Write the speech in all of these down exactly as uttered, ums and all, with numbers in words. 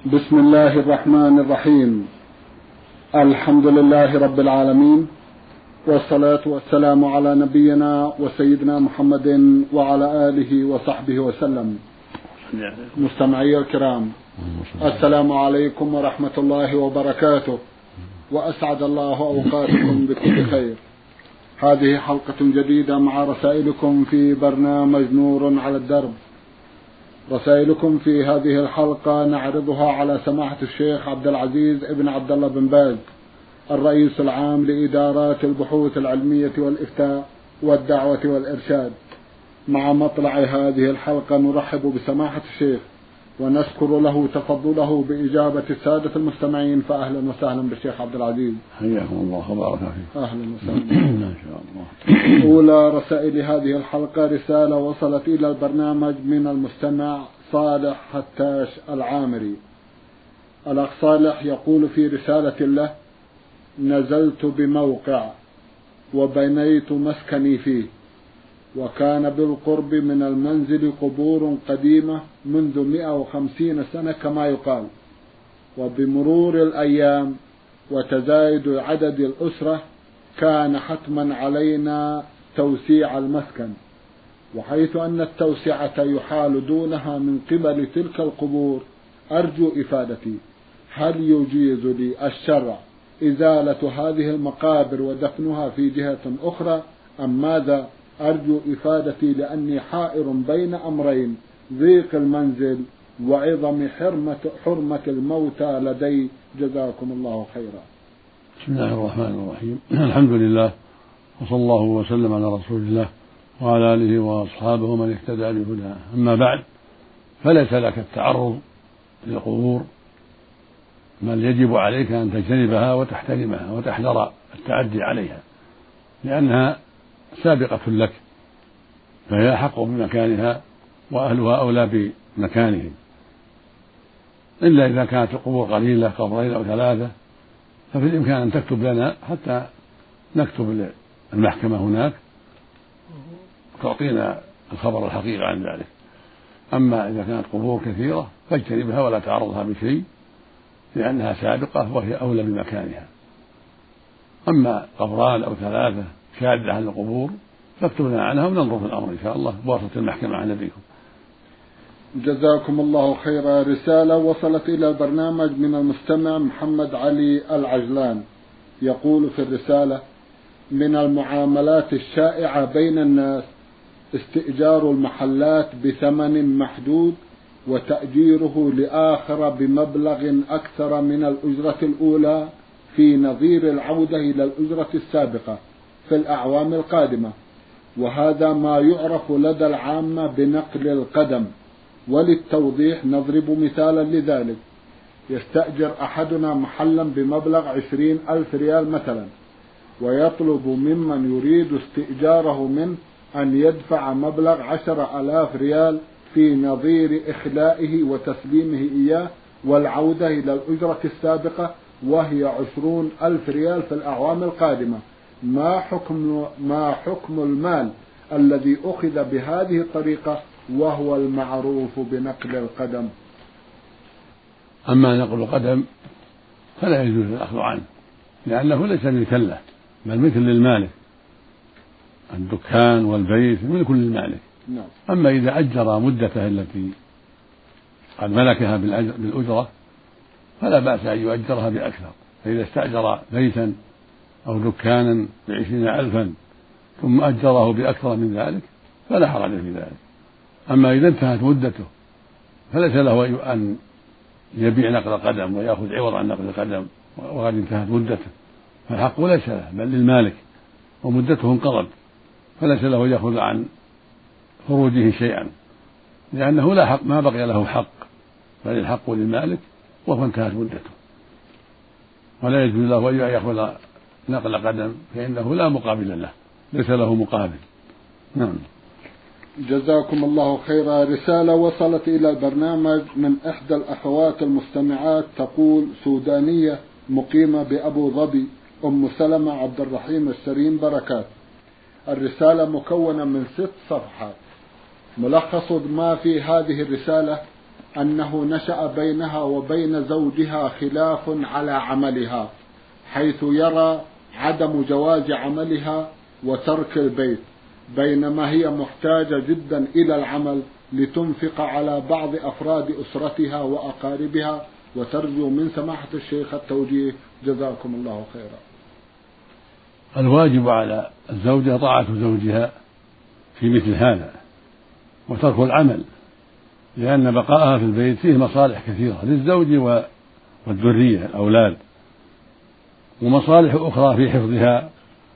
بسم الله الرحمن الرحيم. الحمد لله رب العالمين، والصلاة والسلام على نبينا وسيدنا محمد وعلى آله وصحبه وسلم. مستمعي الكرام، السلام عليكم ورحمة الله وبركاته، وأسعد الله أوقاتكم بكل خير. هذه حلقة جديدة مع رسائلكم في برنامج نور على الدرب. رسائلكم في هذه الحلقة نعرضها على سماحة الشيخ عبد العزيز ابن عبد الله بن باز، الرئيس العام لإدارات البحوث العلمية والإفتاء والدعوة والإرشاد. مع مطلع هذه الحلقة نرحب بسماحة الشيخ ونشكر له تفضله بإجابة السادة المستمعين، فأهلا وسهلا بالشيخ عبد العزيز. حياكم الله وبارك فيك. أهلا وسهلا. ما شاء الله. أولى رسائل هذه الحلقة رسالة وصلت إلى البرنامج من المستمع صالح حتاش العامري. الأخ صالح يقول في رسالة له: نزلت بموقع وبنيت مسكني فيه، وكان بالقرب من المنزل قبور قديمة منذ مئة وخمسين سنة كما يقال، وبمرور الأيام وتزايد عدد الأسرة كان حتما علينا توسيع المسكن، وحيث أن التوسعة يحال دونها من قبل تلك القبور، أرجو إفادتي، هل يجيز لي الشرع إزالة هذه المقابر ودفنها في جهة أخرى أم ماذا؟ أرجو إفادتي لأني حائر بين أمرين: ضيق المنزل وعظم حرمة, حرمة الموتى لدي، جزاكم الله خيرا. بسم الله الرحمن الرحيم. الحمد لله، وصلى الله وسلم على رسول الله وعلى آله وأصحابه ومن اهتدى بهداه. أما بعد، فليس لك التعرض للقبور، بل يجب عليك أن تجتنبها وتحترمها وتحذر التعدي عليها، لأنها سابقة لك، فهي أحق بمكانها وأهلها أولى بمكانهم، إلا إذا كانت القبور قليلة، قبرين أو ثلاثة، ففي الإمكان أن تكتب لنا حتى نكتب للمحكمة هناك تعطينا الخبر الحقيقي عن ذلك. أما إذا كانت قبور كثيرة فاجتنبها ولا تعرضها بشيء، لأنها سابقة وهي أولى بمكانها. أما قبران أو ثلاثة شاذة عن القبور فاكتب لنا عنها وننظر في الأمر إن شاء الله بواسطة المحكمة عن نبيكم. جزاكم الله خيرا. رسالة وصلت إلى البرنامج من المستمع محمد علي العجلان، يقول في الرسالة: من المعاملات الشائعة بين الناس استئجار المحلات بثمن محدود وتأجيره لآخر بمبلغ أكثر من الأجرة الأولى، في نظير العودة إلى الأجرة السابقة في الأعوام القادمة، وهذا ما يعرف لدى العامة بنقل القدم. وللتوضيح نضرب مثالا لذلك: يستأجر أحدنا محلا بمبلغ عشرين ألف ريال مثلا، ويطلب ممن يريد استئجاره منه أن يدفع مبلغ عشر ألاف ريال في نظير إخلائه وتسليمه إياه والعودة إلى الأجرة السابقة، وهي عشرون ألف ريال في الأعوام القادمة. ما حكم, ما حكم المال الذي أخذ بهذه الطريقة وهو المعروف بنقل القدم؟ أما نقل القدم فلا يجوز الأخذ عنه، لأنه ليس ملكا له، بل ملك للمالك، الدكان والبيت ملك للمالك. نعم. أما إذا أجر مدته التي قد ملكها بالأجرة فلا بأس أن يؤجرها بأكثر، فإذا استأجر بيتا أو دكانا بعشرين ألفا ثم أجره بأكثر من ذلك فلا حرج في ذلك. أما إذا انتهت مدته فليس له أن يبيع نقل القدم ويأخذ عوض عن نقل القدم وقد انتهت مدته، فالحق ليس له بل للمالك، ومدته انقضت، فليس له يأخذ عن خروجه شيئا، لأنه لا حق، ما بقي له حق، بل الحق للمالك وهو انتهت مدته، ولا يجوز له أن يأخذ نقل قدم فإنه لا مقابل له، ليس له مقابل. نعم. جزاكم الله خيرا. رسالة وصلت إلى البرنامج من إحدى الأخوات المستمعات، تقول: سودانية مقيمة بأبو ظبي، أم سلمة عبد الرحيم السرين بركات. الرسالة مكونة من ست صفحات. ملخص ما في هذه الرسالة: أنه نشأ بينها وبين زوجها خلاف على عملها، حيث يرى عدم جواز عملها وترك البيت، بينما هي محتاجة جدا إلى العمل لتنفق على بعض أفراد أسرتها وأقاربها، وترجو من سماحة الشيخ التوجيه جزاكم الله خيرا. الواجب على الزوجة طاعة زوجها في مثل هذا وترك العمل، لأن بقاءها في البيت فيه مصالح كثيرة للزوج والذرية الأولاد، ومصالح أخرى في حفظها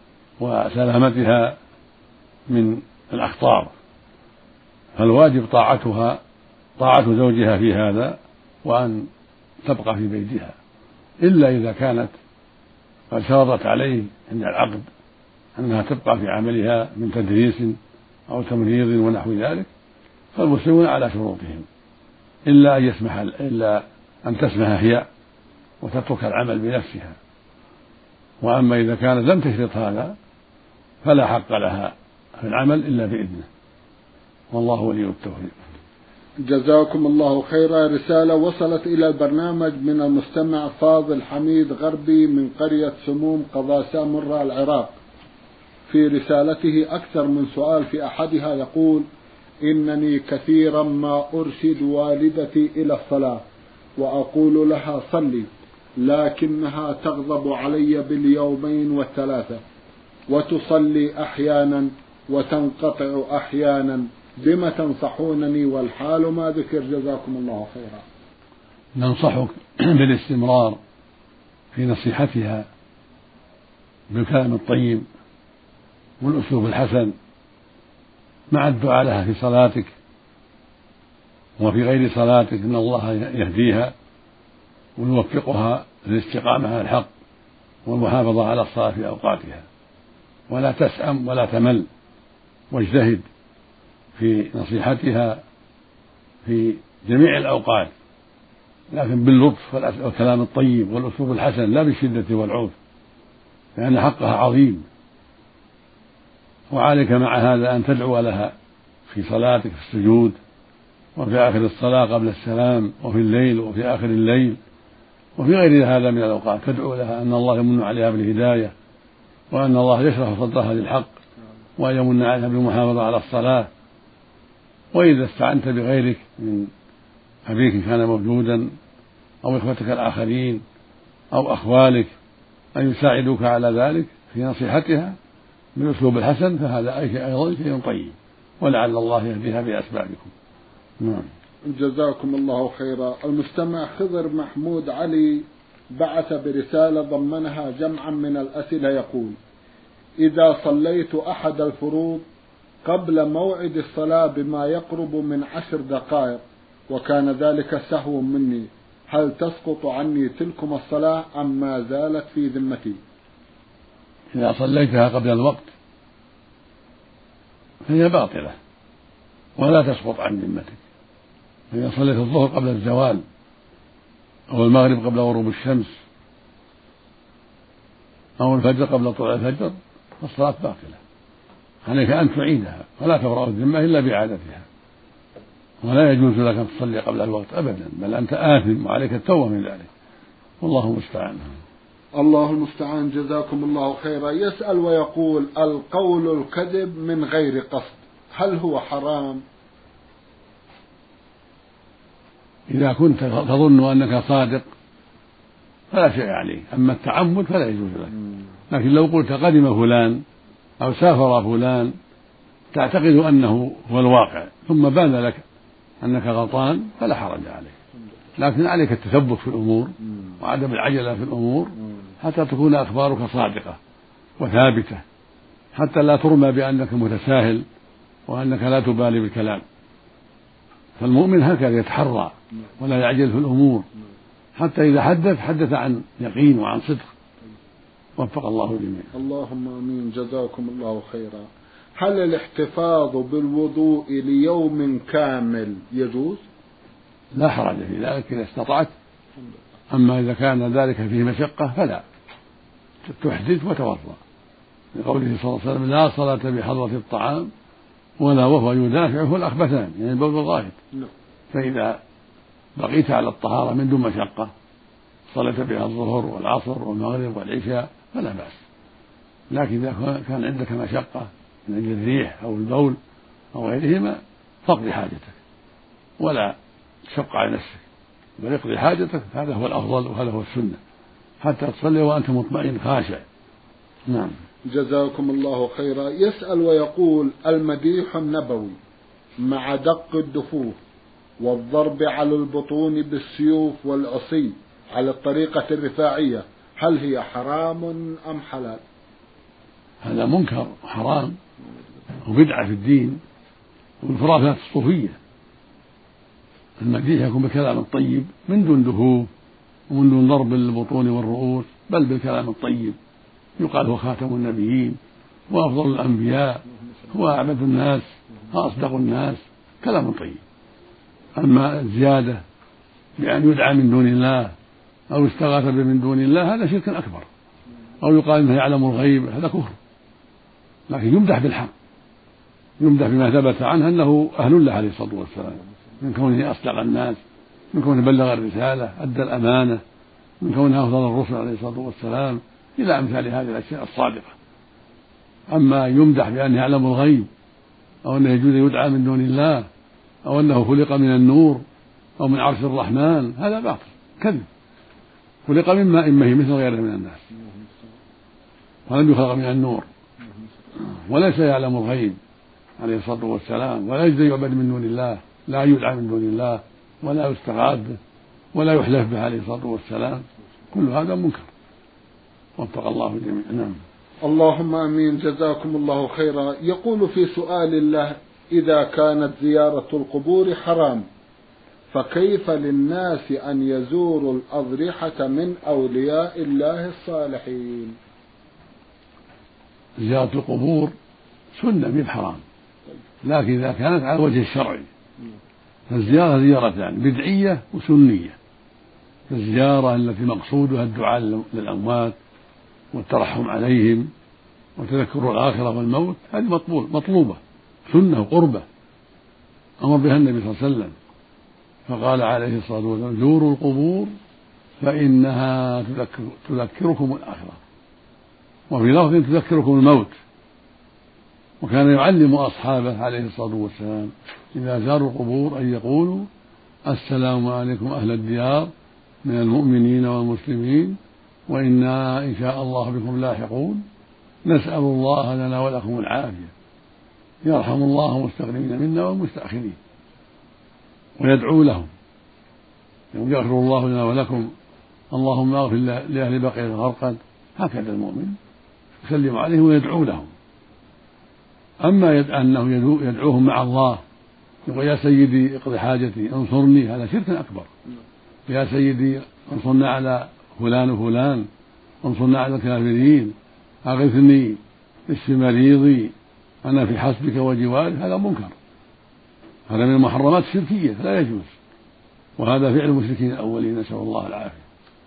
وسلامتها من الأخطار، فالواجب طاعتها طاعة زوجها في هذا، وأن تبقى في بيتها، إلا إذا كانت قد شرطت عليه عند العقد أنها تبقى في عملها من تدريس أو تمريض ونحو ذلك، فالمسلمون على شروطهم، إلا أن يسمح إلا أن تسمح هي وتترك العمل بنفسها. وأما إذا كانت لم تشرط هذا فلا حق لها في العمل إلا بإذنه، والله ولي التوفيق. جزاكم الله خيرا. رسالة وصلت إلى البرنامج من المستمع فاضل حميد غربي من قرية سموم قضاء سامراء العراق. في رسالته أكثر من سؤال، في أحدها يقول: إنني كثيرا ما أرشد والدتي إلى الصلاة وأقول لها صلي، لكنها تغضب علي باليومين والثلاثة، وتصلي أحيانا وتنقطع أحيانا، بما تنصحونني والحال ما ذكر جزاكم الله خيرا؟ ننصحك بالاستمرار في نصيحتها بالكلام الطيب والأسلوب الحسن مع الدعاء لها في صلاتك وفي غير صلاتك، إن الله يهديها ويوفقها للاستقامة على الحق والمحافظة على الصلاة في أوقاتها، ولا تسأم ولا تمل، واجتهد في نصيحتها في جميع الأوقات، لكن باللطف والكلام الطيب والأسلوب الحسن، لا بالشدة والعنف، لأن حقها عظيم. وعليك مع هذا أن تدعو لها في صلاتك في السجود وفي آخر الصلاة قبل السلام وفي الليل وفي آخر الليل وفي غير هذا من الأوقات، تدعو لها أن الله يمن عليها بالهداية، وأن الله يشرح صدرها للحق، وأن يمن عليها بالمحافظة على الصلاة. وإذا استعنت بغيرك من أبيك كان موجودا أو إخوتك الآخرين أو أخوالك أن يساعدوك على ذلك في نصيحتها بالأسلوب الحسن، فهذا أيضا شيء طيب، ولعل الله يهديها بأسبابكم. نعم. جزاكم الله خيرا. المستمع خضر محمود علي بعث برسالة ضمنها جمعا من الأسئلة، يقول: إذا صليت أحد الفروض قبل موعد الصلاة بما يقرب من عشر دقائق وكان ذلك سهو مني، هل تسقط عني تلكم الصلاة أم ما زالت في ذمتي؟ إذا صليتها قبل الوقت فهي باطلة ولا تسقط عن ذمتك. فإذا صليت الظهر قبل الزوال أو المغرب قبل غروب الشمس أو الفجر قبل طلوع الفجر فالصلاة باطلة، عليك أن تعيدها ولا تبرأ الذمة إلا بإعادتها، ولا يجوز لك أن تصلي قبل الوقت أبدا، بل أنت آثم وعليك التوبة من ذلك، والله المستعان. الله المستعان. جزاكم الله خيرا. يسأل ويقول: القول الكذب من غير قصد هل هو حرام؟ إذا كنت تظن أنك صادق فلا شيء عليه، أما التعمد فلا يجوز لك. لكن لو قلت قدم فلان أو سافر فلان تعتقد أنه هو الواقع ثم بان لك أنك غلطان فلا حرج عليك، لكن عليك التثبت في الأمور وعدم العجلة في الأمور حتى تكون أخبارك صادقة وثابتة، حتى لا ترمى بأنك متساهل وأنك لا تبالي بالكلام. فالمؤمن هكذا يتحرى ولا يعجل في الأمور، حتى إذا حدث حدث عن يقين وعن صدق. وفق الله الجميع. اللهم آمين. جزاكم الله خيرا. هل الاحتفاظ بالوضوء ليوم كامل يجوز؟ لا حرج في ذلك إذا استطعت، أما إذا كان ذلك فيه مشقة فلا، تحدث وتوضأ، لقوله صلى الله عليه وسلم: لا صلاة بحضرة الطعام ولا وهو يدافعه الأخبثان، يعني البول والغائط. فإذا بقيت على الطهارة من دون مشقة صليت بها الظهر والعصر والمغرب والعشاء فلا بأس. لكن إذا كان عندك مشقة من أجل الريح أو البول أو غيرهما فاقضي حاجتك ولا تشق على نفسك، بل اقضي حاجتك، هذا هو الأفضل وهذا هو السنة، حتى تصلي وأنت مطمئن خاشع. نعم. جزاكم الله خيرا. يسأل ويقول: المديح النبوي مع دق الدفوف والضرب على البطون بالسيوف والعصي على الطريقة الرفاعية هل هي حرام أم حلال؟ هذا منكر حرام وبدعة في الدين والخرافات الصوفية. المديح يكون بالكلام الطيب من دون دفوف ومن دون ضرب البطون والرؤوس، بل بالكلام الطيب، يقال هو خاتم النبيين وأفضل الأنبياء وأعبد الناس وأصدق الناس، كلام طيب. أما الزيادة بأن يدعى من دون الله أو يستغاث به من دون الله هذا شرك أكبر، أو يقال إنه يعلم الغيب، هذا كفر. لكن يمدح بالحق، يمدح بما ثبت عنه أنه أهل له عليه الصلاة والسلام، من كونه أصدق الناس، من كونه بلغ الرسالة، أدى الأمانة، من كونه أفضل الرسل عليه الصلاة والسلام، إلى أمثال هذه الأشياء الصادقة. أما يمدح بأن يعلم الغيب أو أنه يجوز يدعى من دون الله أو أنه خلق من النور أو من عرش الرحمن، هذا باطل كذب. خلق من ماء مهين مثل غيره من الناس، ولم يخلق من النور، وليس يعلم الغيب عليه الصلاة والسلام، ولا يجوز يعبد من دون الله، لا يدعى من دون الله ولا يستغاث به ولا يحلف به عليه الصلاة والسلام، كل هذا منكر. وفق الله الجميع. نعم. اللهم آمين. جزاكم الله خيرا. يقول في سؤال الله: إذا كانت زيارة القبور حرام فكيف للناس أن يزوروا الأضرحة من أولياء الله الصالحين؟ زيارة القبور سنة من حرام، لكن إذا كانت على الوجه الشرعي فالزيارة زيارتان، بدعية وسنية. الزيارة التي مقصودها الدعاء للأموات والترحم عليهم وتذكر الآخرة والموت هذه مطلوب مطلوبة سنة وقربة أمر بها النبي صلى الله عليه وسلم، فقال عليه الصلاة والسلام: زوروا القبور فإنها تذكر تذكركم الآخرة، وفي لفظ تذكركم الموت. وكان يعلم أصحابه عليه الصلاة والسلام إذا زاروا القبور أن يقولوا: السلام عليكم أهل الديار من المؤمنين والمسلمين وإنا إن شاء الله بكم لاحقون، نسأل الله لنا ولكم العافية، يرحم الله المستقدمين منا والمستأخرين. ويدعو لهم يغفر الله لنا ولكم، اللهم اغفر لأهل بقية الغرقد، هكذا المؤمن يسلم عليهم ويدعو لهم. أما أنه يدعوهم مع الله، يقول: يا سيدي اقض حاجتي انصرني، هذا شرك أكبر. يا سيدي انصرنا على فلان وفلان، انصرنا على الكافرين، أغثني، اشف مريضي، أنا في حسبك وجوارك، هذا منكر، هذا من المحرمات الشركية لا يجوز، وهذا فعل المشركين الأولين، نسأل الله العافية.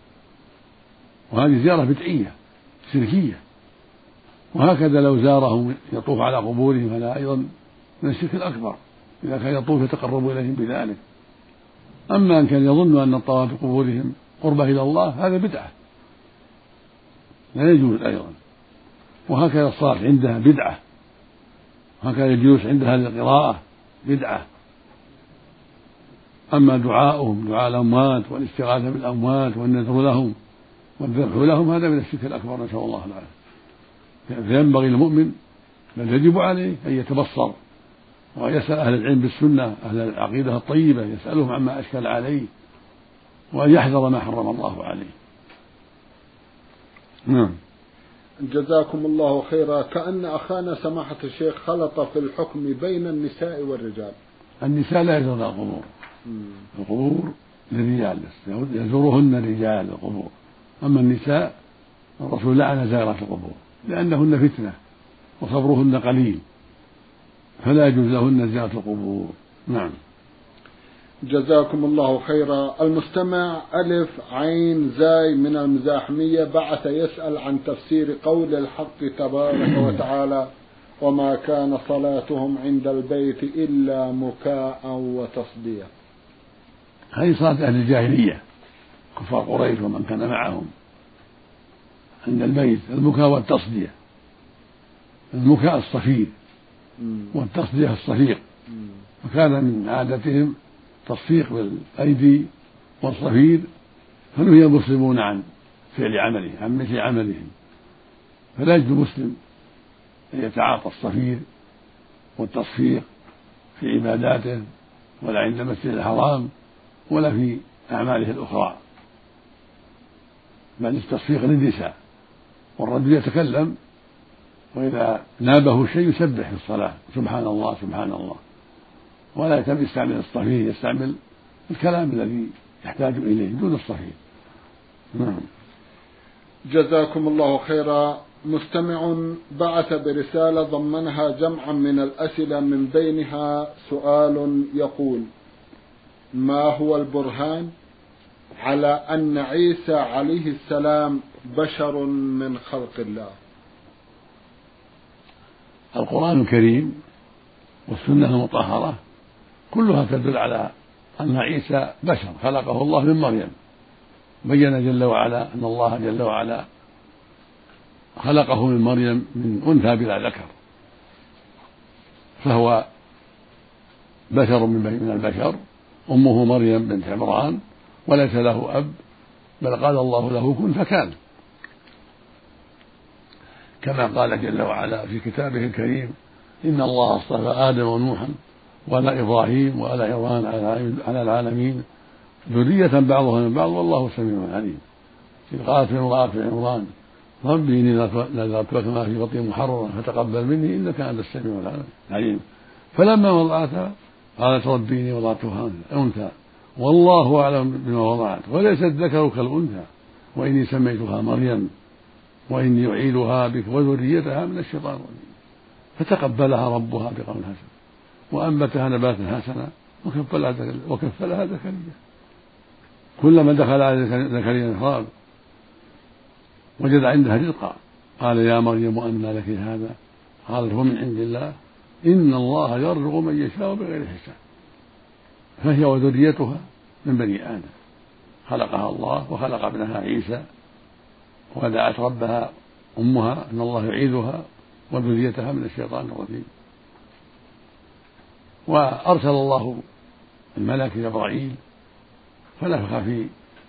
وهذه زيارة بدعية شركية. وهكذا لو زارهم يطوف على قبورهم هذا أيضا من الشرك الأكبر، إذا كان يطوف يتقرب إليهم بذلك. أما أن كان يظن أن الطواف بقبورهم قربة إلى الله هذا بدعة لا يجوز أيضا. وهكذا الصلاة عندها بدعة، وهكذا الجلوس عندها للقراءة بدعة. أما دعاؤهم دعاء الأموات والاستغاثة بالأموات والنذر لهم والذبح لهم هذا من الشرك الأكبر، نسأل الله العافية. فينبغي المؤمن بل يجب عليه أن يتبصر ويسأل أهل العلم بالسنة، أهل العقيدة الطيبة، يسألهم عما أشكل عليه وأن يحذر ما حرم الله عليه. نعم. جزاكم الله خيرا. كأن أخانا سماحة الشيخ خلط في الحكم بين النساء والرجال. النساء لا يزورن القبور، القبور للرجال يزورهن رجال القبور. أما النساء الرسول لعن زائرات القبور لأنهن فتنة وصبرهن قليل، فلا يجوز لهن زيارة القبور. نعم. جزاكم الله خيرا. المستمع ألف عين زاي من المزاحمية بعث يسأل عن تفسير قول الحق تبارك وتعالى: وما كان صلاتهم عند البيت إلا مكاء وتصدية. هذه صلاة أهل الجاهلية كفار قريش ومن كان معهم عند الميت، البكاء والتصدية، المكاء الصفير والتصدية الصفيق، فكان من عادتهم تصفيق بالأيدي والصفير، فنهي المسلمون عن فعل عمله عن مثل عملهم، فلا يجوز مسلم أن يتعاطى الصفير والتصفيق في عباداته ولا عند المسجد الحرام ولا في أعماله الأخرى، بل التصفيق للنساء، والرجل يتكلم وإذا نابه شيء يسبح في الصلاة سبحان الله سبحان الله، ولا يستعمل الصفير، يستعمل الكلام الذي يحتاج إليه دون الصفير. نعم. جزاكم الله خيرا. مستمع بعث برسالة ضمنها جمعا من الأسئلة، من بينها سؤال يقول: ما هو البرهان على أن عيسى عليه السلام بشر من خلق الله؟ القرآن الكريم والسنة المطهرة كلها تدل على أن عيسى بشر خلقه الله من مريم، بين جل وعلا أن الله جل وعلا خلقه من مريم من أنثى بلا ذكر، فهو بشر من البشر، أمه مريم بنت عمران، وليس له أب، بل قال الله له كن فكان، كما قال جل وعلا في كتابه الكريم: إن الله اصطفى آدم ونوحا وآل إبراهيم وآل عمران على العالمين ذرية بعضها من بعض والله سميع عليم. إذ قالت امرأة عمران: ربي إني نذرت لك ما في بطني محررا فتقبل مني إنك أنت السميع العليم. فلما وضعتها قالت ربي إني وضعتها أنثى والله أعلم بما وضعت وليس الذكر كالأنثى وإني سميتها مريم وإني أعيدها بك وذريتها من الشيطان الرجيم. فتقبلها ربها بقول حسن وأنبتها نباتا حسنا وكفلها زكريا. كلما دخل على زكريا المحراب وجد عندها رزقا قال: يا مريم أنى لك هذا؟ قالت: هو من عند الله إن الله يرزق من يشاء بغير حساب. فهي وذريتها من بني آدم، خلقها الله وخلق ابنها عيسى، ودعت ربها أمها أن الله يعيذها وذريتها من الشيطان الرجيم. وأرسل الله الملك جبرائيل فنفخ في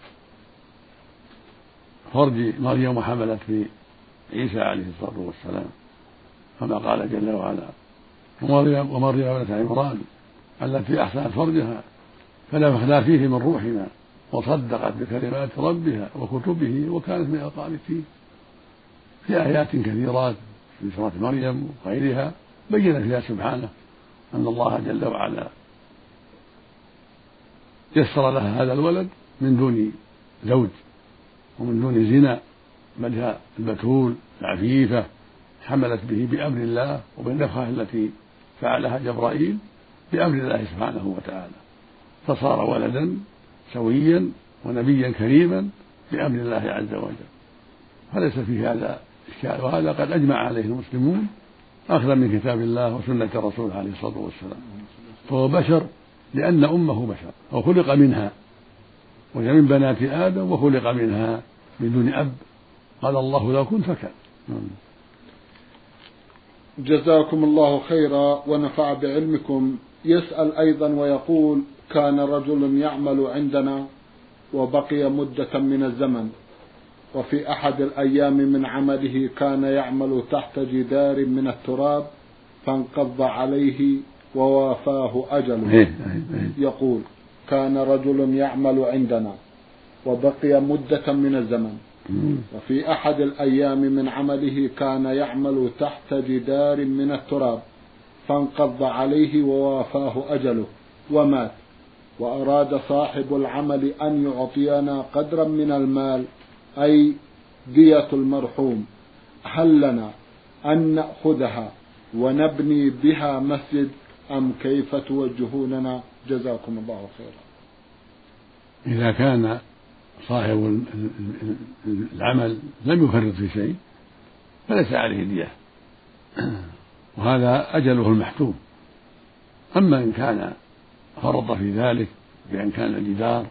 فرج مريم وحملت في عيسى عليه الصلاة والسلام، كما قال جل وعلا: ومريم ومريم ابنة عمران التي أحسنت فرجها فنفخنا فيه من روحنا وصدقت بكلمات ربها وكتبه وكانت من القانتين. في آيات كثيرات في سورة مريم وغيرها بين فيها سبحانه أن الله جل وعلا يسر لها هذا الولد من دون زوج ومن دون زنا، بل هي البتول العفيفة حملت به بأمر الله وبالنفخة التي فعلها جبرائيل بأمر الله سبحانه وتعالى، فصار ولدا سويا ونبيا كريما بأمر الله عز وجل، فليس في هذا إشكال، وهذا قد أجمع عليه المسلمون أخذا من كتاب الله وسنة الرسول عليه الصلاة والسلام. فهو بشر لأن أمه بشر وخلق منها، وهي من بنات آدم وخلق منها من دون أب، قال الله له كن فكان. جزاكم الله خيرا ونفع بعلمكم. يسأل أيضا ويقول: كان رجل يعمل عندنا وبقي مدة من الزمن، وفي أحد الأيام من عمله كان يعمل تحت جدار من التراب فانقض عليه ووافاه أجله. يقول: كان رجل يعمل عندنا وبقي مدة من الزمن، وفي أحد الأيام من عمله كان يعمل تحت جدار من التراب فانقض عليه ووافاه أجله ومات، وأراد صاحب العمل أن يعطينا قدرا من المال أي دية المرحوم، هل لنا أن نأخذها ونبني بها مسجد أم كيف توجهوننا؟ جزاكم الله خيرا. إذا كان صاحب العمل لم يفرط في شيء فليس عليه دية، وهذا أجله المحتوم. أما إن كان فرط في ذلك بأن كان الجدار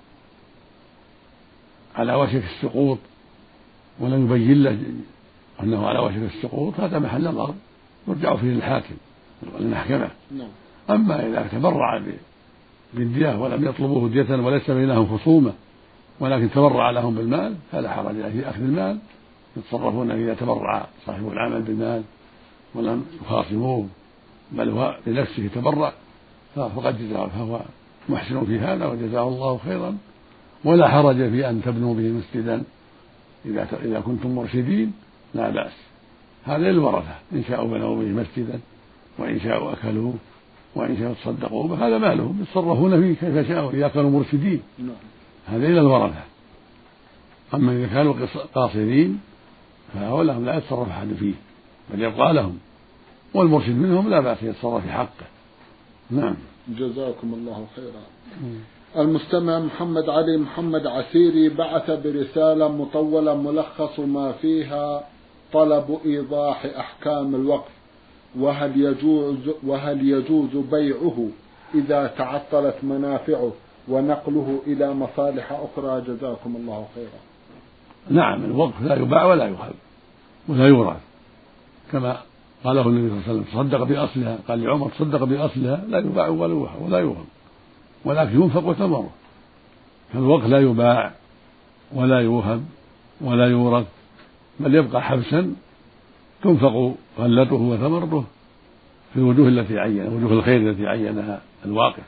على وشك السقوط ولم يبين له أنه على وشك السقوط هذا محل نظر يرجع فيه للحاكم المحكمة. أما إذا تبرع بالدية ولم يطلبوه دية وليس بينهم خصومة ولكن تبرع لهم بالمال فلا حرج في أخذ المال، يتصرفون إذا تبرع صاحب العمل بالمال ولم يخاصموه بل هو بنفسه تبرع فقد جزاه، فهو محسن في هذا وجزاه الله خيرا، ولا حرج في أن تبنوا به مسجدا إذا إذا كنتم مرشدين لا بأس، هذا للورثة إن شاءوا بنوا به مسجدا وإن شاءوا أكلوه وإن شاءوا تصدقوا به هذا مالهم يتصرفون فيه كيف شاءوا إذا كانوا مرشدين، هذا إلى الورثة. أما إذا كانوا قاصرين فهؤلاء لا يتصرف أحد فيه بل يبقى لهم، والمرشد منهم لا بأس يتصرف في حقه. نعم. جزاكم الله خيرا. المستمع محمد علي محمد عسيري بعث برسالة مطولة ملخص ما فيها طلب إيضاح أحكام الوقف، وهل يجوز وهل يجوز بيعه إذا تعطلت منافعه ونقله إلى مصالح أخرى؟ جزاكم الله خيرا. نعم، الوقف لا يباع ولا يوهب ولا يورث، كما قاله النبي صلى الله عليه وسلم تصدق بأصلها، قال لعمر تصدق بأصلها لا يباع ولا يوهب ولكن ينفق ثمره، فالوقف لا يباع ولا يوهب ولا يورث بل يبقى حبسا تنفق غلته وثمرته في الوجوه التي عين وجوه الخير التي عينها الواقف.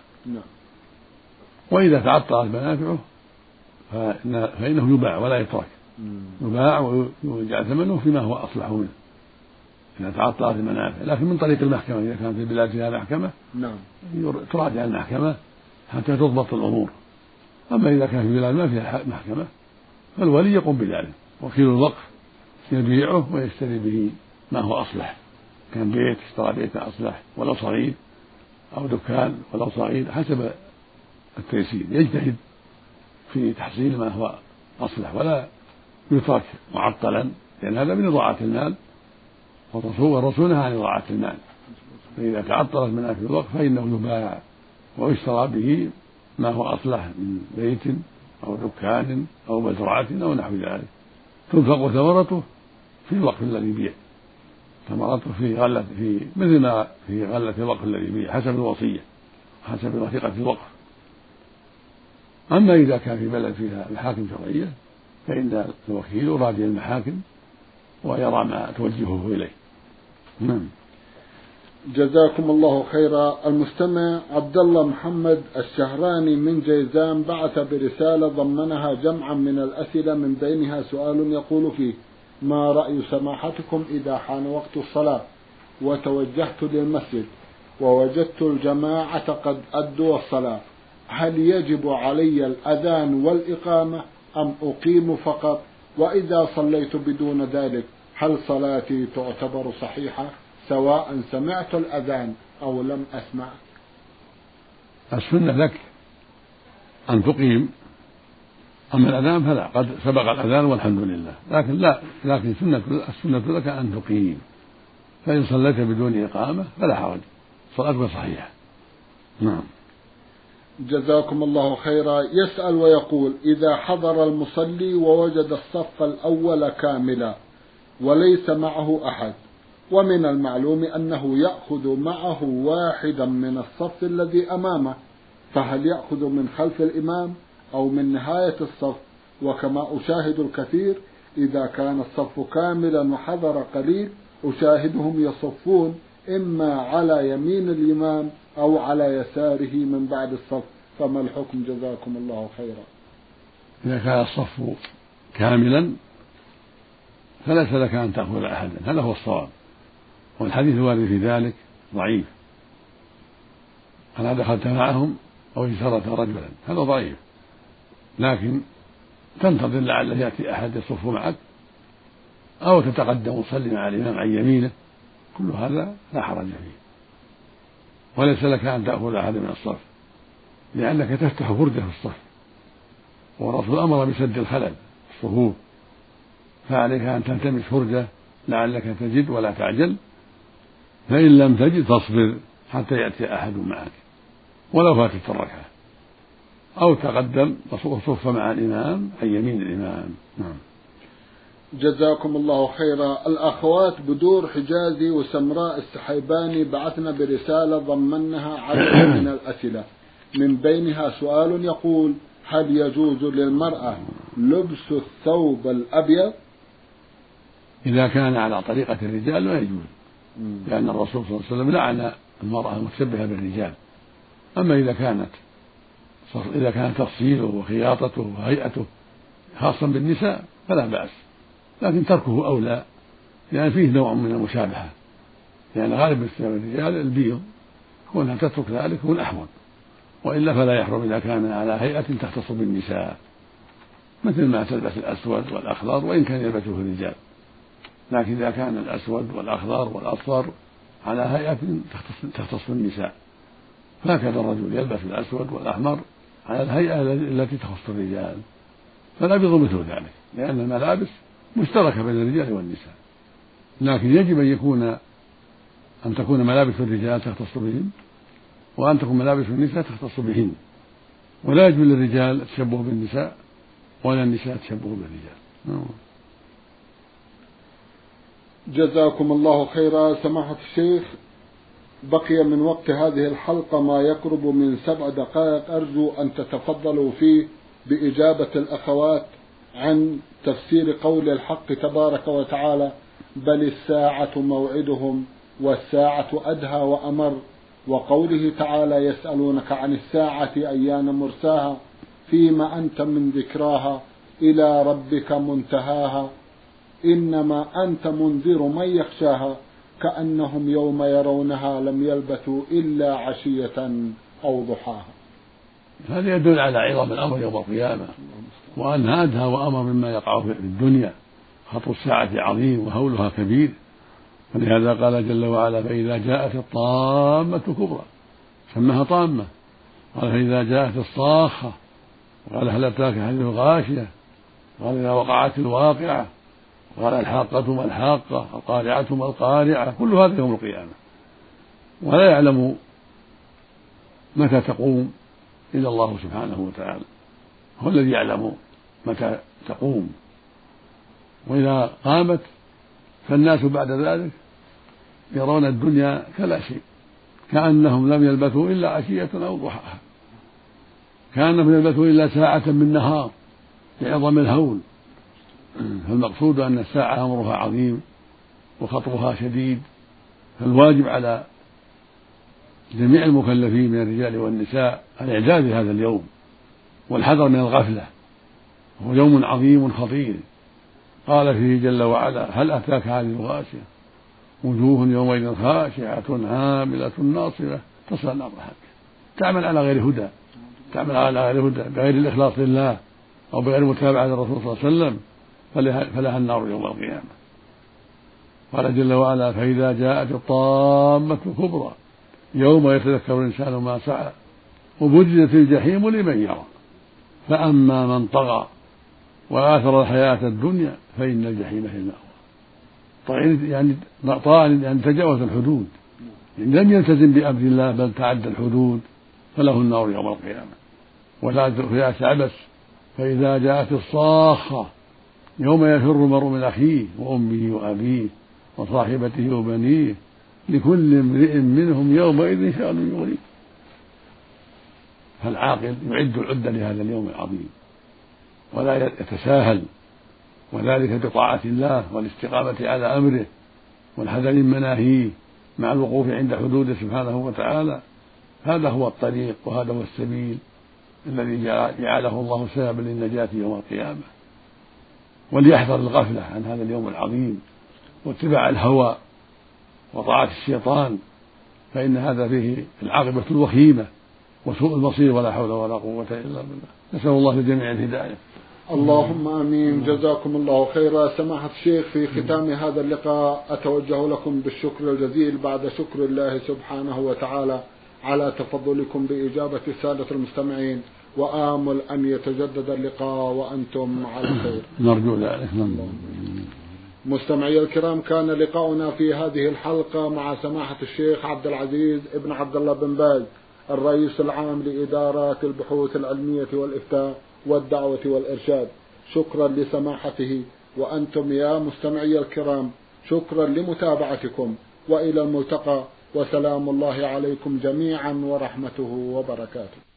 وإذا تعطلت منافعه فإنه يباع ولا يترك، يباع ويجعل ثمنه فيما هو أصلح منه إذا تعطلت المنافع، لكن من طريق المحكمة إذا كانت في البلاد فيها محكمة تراجع المحكمة حتى تضبط الأمور. أما إذا كان في بلاد ما فيها محكمة فالولي يقوم بذلك، وكيل الوقف يبيعه ويشتري به ما هو أصلح، كان بيت اشترى بيتا أصلح ولو صغير أو دكان ولو صغير حسب التيسير، يجتهد في تحصيل ما هو أصلح ولا يترك معطلا، لأن هذا من إضاعة المال والرسول نهى عن إضاعة المال. فإذا تعطلت منافع الوقف فإنه يباع ويشترى به ما هو أصلح من بيت أو دكان أو مزرعة أو نحو ذلك، تنفق ثمرته في الوقف الذي يبيع، ثمرته في غلة في مثل ما في غلة الوقف الذي يبيع حسب الوصية حسب وثيقة الوقف. أما إذا كان في بلد فيها محاكم شرعية فإن الوكيل يراجع المحاكم ويرى ما توجهه إليه. نعم. جزاكم الله خيرا. المستمع عبد الله محمد الشهراني من جيزان بعث برسالة ضمنها جمعا من الأسئلة من بينها سؤال يقول فيه: ما رأي سماحتكم إذا حان وقت الصلاة وتوجهت للمسجد ووجدت الجماعة قد أدوا الصلاة، هل يجب علي الأذان والإقامة أم أقيم فقط؟ وإذا صليت بدون ذلك هل صلاتي تعتبر صحيحة سواء سمعت الأذان أو لم أسمع؟ السنة لك أن تقيم، أما الأذان فلا، قد سبق الأذان والحمد لله، لكن لا لكن سنة السنة لك أن تقيم، فإن صليت بدون إقامة فلا حرج، صلاتك صحيحة. نعم. جزاكم الله خيرا. يسأل ويقول: إذا حضر المصلي ووجد الصف الأول كاملا وليس معه أحد، ومن المعلوم أنه يأخذ معه واحدا من الصف الذي أمامه، فهل يأخذ من خلف الإمام أو من نهاية الصف؟ وكما أشاهد الكثير إذا كان الصف كاملا وحضر قليل أشاهدهم يصفون إما على يمين الإمام أو على يساره من بعد الصف، فما الحكم؟ جزاكم الله خيرا. إذا كان الصف كاملا فليس لك أن تأخذ أحدا، هذا هو الصواب، والحديث الوارد في ذلك ضعيف، أنا دخلت معهم أو اجترت رجلا، هذا ضعيف، لكن تنتظر لعله يأتي أحد يصف معك أو تتقدم وتصلي مع الإمام عن يمينه، كل هذا لا حرج فيه، وليس لك أن تأخذ أحد من الصف لأنك تفتح فرجة في الصف، والرسول أمر بسد الخلل في الصفوف، فعليك أن تلتمس فرجة لعلك تجد ولا تعجل، فإن لم تجد فاصبر حتى يأتي أحد معك ولو فاتت الركعة. أو تقدم وصف مع الإمام عن يمين الإمام. نعم. جزاكم الله خيرا. الأخوات بدور حجازي وسمراء السحيباني بعثنا برسالة ضمنها عدد من الأسئلة، من بينها سؤال يقول: هل يجوز للمرأة لبس الثوب الأبيض؟ إذا كان على طريقة الرجال لا يجوز، لأن الرسول صلى الله عليه وسلم لعن المرأة المتشبهة بالرجال. أما إذا كانت إذا كان تفصيله وخياطته وهيئته خاصا بالنساء فلا بأس، لكن تركه أولى، لأن فيه نوع من المشابهة، لأن غالب الرجال البيض، كونها تترك ذلك هو الأحوط، وإلا فلا يحرم إذا كان على هيئة تختص بالنساء، مثل ما تلبس الأسود والأخضر وإن كان يلبسه الرجال، لكن إذا كان الأسود والأخضر والأصفر على هيئة تختص بالنساء، فهكذا الرجل يلبس الأسود والأحمر على الهيئة التي تخص الرجال، فالأبيض مثل ذلك، لأن الملابس مشتركة بين الرجال والنساء، لكن يجب أن يكون أن تكون ملابس الرجال تختص بهم، وأن تكون ملابس النساء تختص بهن، ولا يجوز للرجال التشبه بالنساء ولا النساء التشبه بالرجال. جزاكم الله خيرا. سماحة الشيخ، بقي من وقت هذه الحلقة ما يقرب من سبع دقائق، أرجو أن تتفضلوا فيه بإجابة الأخوات عن تفسير قول الحق تبارك وتعالى: بل الساعة موعدهم والساعة أدهى وأمر، وقوله تعالى: يسألونك عن الساعة أيان مرساها فيما أنت من ذكراها إلى ربك منتهاها إنما أنت منذر من يخشاها كأنهم يوم يرونها لم يلبثوا إلا عشية أو ضحاها. هذا يدل على عظم الأمر يوم القيامة، وأن أدهى وأمر مما يقع في الدنيا، خطر الساعة عظيم وهولها كبير، ولهذا قال جل وعلا: فإذا جاءت الطامة الكبرى، سماها طامة، قال: فإذا جاءت الصاخة، وقال: هل أتاك حديث الغاشية، قال: إذا وقعت الواقعة، قال: الحاقة ما الحاقة، القارعة ما القارعة، كل هذا يوم القيامة، ولا يعلم متى تقوم إلا الله سبحانه وتعالى، هو الذي يعلم متى تقوم. وإذا قامت فالناس بعد ذلك يرون الدنيا كلا شيء، كأنهم لم يلبثوا إلا عشية أو ضحاها، كأنهم يلبثوا إلا ساعة من نهار لعظم الهول. فالمقصود أن الساعة أمرها عظيم وخطرها شديد، فالواجب على جميع المكلفين من الرجال والنساء الإعداد لهذا اليوم والحذر من الغفلة، هو يوم عظيم خطير. قال فيه جل وعلا: هل أتاك هذه الغاشية، وجوه يومئذ خاشعة عاملة ناصبة تصلى نار جهنم، تعمل على غير هدى، تعمل على غير هدى بغير الإخلاص لله أو بغير متابعة للرسول صلى الله عليه وسلم، فلها النار يوم القيامة. قال جل وعلا: فإذا جاءت الطامة الكبرى يوم يتذكر الإنسان ما سعى وبرزت الجحيم لمن يرى فأما من طغى وآثر الحياة الدنيا فإن الجحيم هي المأوى. طيب يعني طال يعني تجاوز الحدود، يعني لم يلتزم بأمر الله بل تعدى الحدود، فله النار يوم القيامة. ولا تدخل عبث: فإذا جاءت الصاخة يوم يفر المرء من أخيه وأمه وأبيه وصاحبته وبنيه لكل امرئ منهم يومئذ شأن يغنيه. فالعاقل يعد العدة لهذا اليوم العظيم ولا يتساهل، وذلك بطاعة الله والاستقامة على أمره والحذر من مناهيه مع الوقوف عند حدوده سبحانه وتعالى. هذا هو الطريق وهذا هو السبيل الذي جعله الله سببا للنجاة يوم القيامة. وليحذر الغفلة عن هذا اليوم العظيم واتباع الهوى وطاعة الشيطان، فإن هذا فيه العاقبة الوخيمة وسوء المصير، ولا حول ولا قوة إلا بالله. نسأل الله للجميع الهداية. اللهم آمين. جزاكم الله خيرا. سماحة الشيخ، في ختام هذا اللقاء أتوجه لكم بالشكر الجزيل بعد شكر الله سبحانه وتعالى على تفضلكم بإجابة السادة المستمعين، وآمل أن يتجدد اللقاء وأنتم على خير. نرجو ذلك. مستمعي الكرام، كان لقاؤنا في هذه الحلقة مع سماحة الشيخ عبد العزيز ابن عبد الله بن باز الرئيس العام لإدارات البحوث العلمية والإفتاء والدعوة والإرشاد. شكرا لسماحته، وأنتم يا مستمعي الكرام شكرا لمتابعتكم، وإلى الملتقى، وسلام الله عليكم جميعا ورحمته وبركاته.